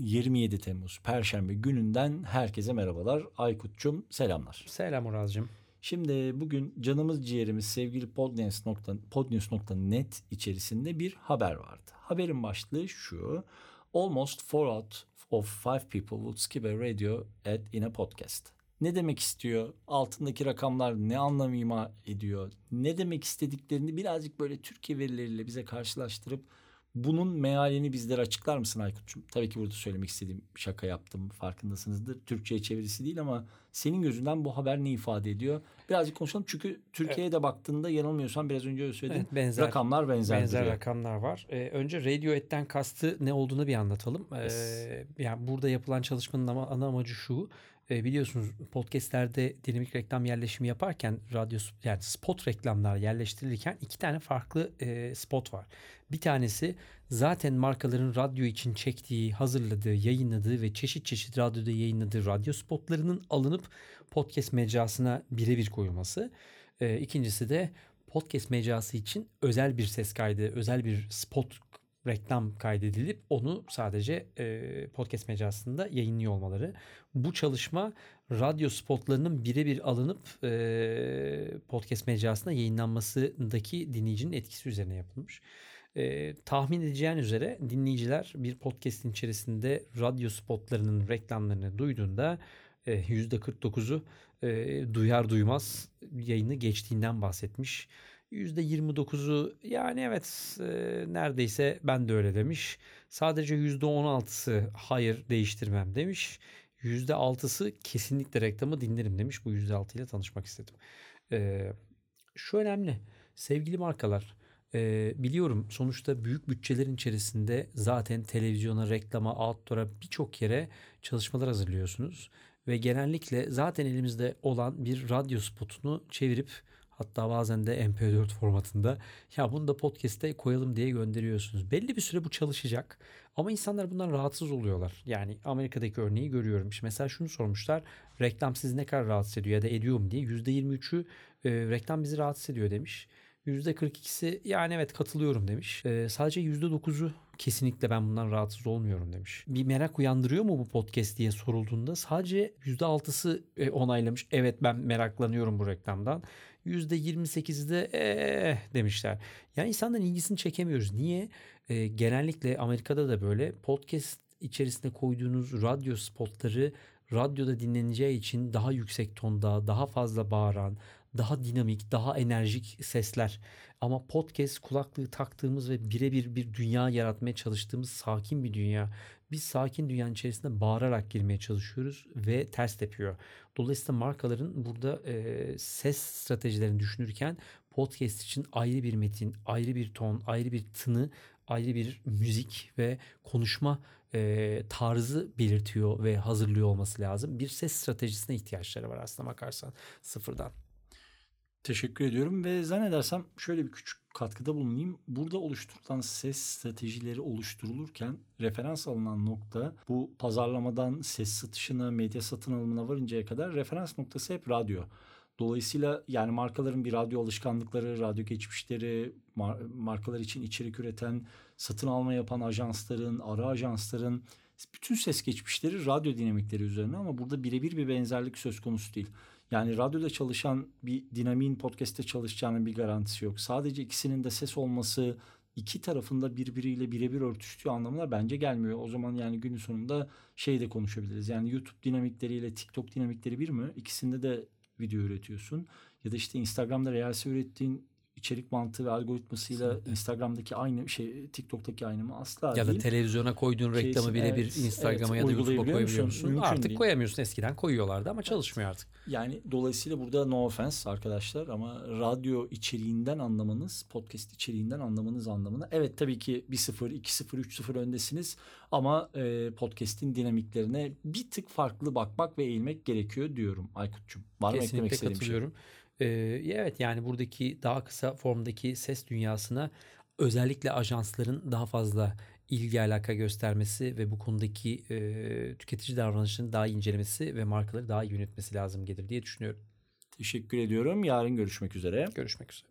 27 Temmuz Perşembe gününden herkese merhabalar. Aykut'cum selamlar. Selam Uraz'cığım. Şimdi bugün canımız ciğerimiz sevgili podnews.net içerisinde bir haber vardı. Haberin başlığı şu: Almost 4 out of 5 people would skip a radio ad in a podcast. Ne demek istiyor? Altındaki rakamlar ne anlam ima ediyor? Ne demek istediklerini birazcık böyle Türkiye verileriyle bize karşılaştırıp bunun mealini bizlere açıklar mısın Aykut'cum? Tabii ki burada söylemek istediğim, şaka yaptım, farkındasınızdır. Türkçe'ye çevirisi değil ama senin gözünden bu haber ne ifade ediyor? Birazcık konuşalım çünkü Türkiye'ye de baktığında yanılmıyorsam biraz önce öyle söyledim. Evet, rakamlar benzer duruyor. rakamlar var. Önce radio ad'den kastı ne olduğunu bir anlatalım. Yes. Yani burada yapılan çalışmanın ana amacı şu. Biliyorsunuz podcastlerde dinamik reklam yerleşimi yaparken yani spot reklamlar yerleştirilirken iki tane farklı spot var. Bir tanesi zaten markaların radyo için çektiği, hazırladığı, yayınladığı ve çeşit çeşit radyoda yayınladığı radyo spotlarının alınıp podcast mecrasına birebir koyulması. İkincisi de podcast mecrası için özel bir ses kaydı, özel bir spot reklam kaydedilip onu sadece podcast mecrasında yayınlıyor olmaları. Bu çalışma radyo spotlarının birebir alınıp podcast mecrasına yayınlanmasındaki dinleyicinin etkisi üzerine yapılmış. Tahmin edeceğin üzere dinleyiciler bir podcast'in içerisinde radyo spotlarının reklamlarını duyduğunda %49'u duyar duymaz yayını geçtiğinden bahsetmiş. %29'u yani evet neredeyse ben de öyle demiş. Sadece %16'sı hayır değiştirmem demiş. %6'sı kesinlikle reklamı dinlerim demiş. Bu %6 ile tanışmak istedim. Şu önemli sevgili markalar. Biliyorum sonuçta büyük bütçelerin içerisinde zaten televizyona, reklama, outdoor'a birçok yere çalışmalar hazırlıyorsunuz. Ve genellikle zaten elimizde olan bir radyo spotunu çevirip hatta bazen de MP4 formatında ya bunu da podcast'e koyalım diye gönderiyorsunuz. Belli bir süre bu çalışacak ama insanlar bundan rahatsız oluyorlar. Yani Amerika'daki örneği görüyorum. İşte mesela şunu sormuşlar, reklam sizi ne kadar rahatsız ediyor ya da ediyor mu diye. %23'ü reklam bizi rahatsız ediyor demiş. %42'si yani evet katılıyorum demiş. Sadece %9'u kesinlikle ben bundan rahatsız olmuyorum demiş. Bir merak uyandırıyor mu bu podcast diye sorulduğunda sadece %6'sı onaylamış. Evet ben meraklanıyorum bu reklamdan. %28'i de demişler. Yani insanların ilgisini çekemiyoruz. Niye? Genellikle Amerika'da da böyle podcast içerisinde koyduğunuz radyo spotları radyoda dinleneceği için daha yüksek tonda, daha fazla bağıran, daha dinamik, daha enerjik sesler. Ama podcast kulaklığı taktığımız ve birebir bir dünya yaratmaya çalıştığımız sakin bir dünya. Biz sakin dünyanın içerisinde bağırarak girmeye çalışıyoruz ve ters tepiyor. Dolayısıyla markaların burada ses stratejilerini düşünürken podcast için ayrı bir metin, ayrı bir ton, ayrı bir tını, ayrı bir müzik ve konuşma tarzı belirtiyor ve hazırlıyor olması lazım. Bir ses stratejisine ihtiyaçları var aslına bakarsan sıfırdan. Teşekkür ediyorum ve zannedersem şöyle bir küçük katkıda bulunayım. Burada oluşturulan ses stratejileri oluşturulurken referans alınan nokta bu pazarlamadan ses satışına, medya satın alımına varıncaya kadar referans noktası hep radyo. Dolayısıyla yani markaların bir radyo alışkanlıkları, radyo geçmişleri, markalar için içerik üreten, satın alma yapan ajansların, ara ajansların bütün ses geçmişleri radyo dinamikleri üzerine ama burada birebir bir benzerlik söz konusu değil. Yani radyoda çalışan bir dinamiğin podcast'te çalışacağının bir garantisi yok. Sadece ikisinin de ses olması iki tarafında birbiriyle birebir örtüştüğü anlamına bence gelmiyor. O zaman yani günün sonunda şey de konuşabiliriz. Yani YouTube dinamikleriyle TikTok dinamikleri bir mi? İkisinde de video üretiyorsun. Ya da işte Instagram'da Reels'e ürettiğin içerik mantığı ve algoritmasıyla Kesinlikle. Instagram'daki aynı TikTok'taki aynı mı? Asla Ya değil. da televizyona koyduğun reklamı birebir Instagram'a ya da YouTube'a koyabiliyor musun? Mümkün Artık değil. koyamıyorsun. Eskiden koyuyorlardı ama çalışmıyor artık. Yani dolayısıyla burada no offense arkadaşlar ama radyo içeriğinden anlamanız, podcast içeriğinden anlamanız anlamına. Evet tabii ki 1-0, 2-0, 3-0 öndesiniz ama podcast'in dinamiklerine bir tık farklı bakmak ve eğilmek gerekiyor diyorum Aykut'cum. Var mı eklemek istediğim şey? Kesinlikle katılıyorum. Evet yani buradaki daha kısa formdaki ses dünyasına özellikle ajansların daha fazla ilgi alaka göstermesi ve bu konudaki tüketici davranışını daha iyi incelemesi ve markaları daha iyi yönetmesi lazım gelir diye düşünüyorum. Teşekkür ediyorum. Yarın görüşmek üzere. Görüşmek üzere.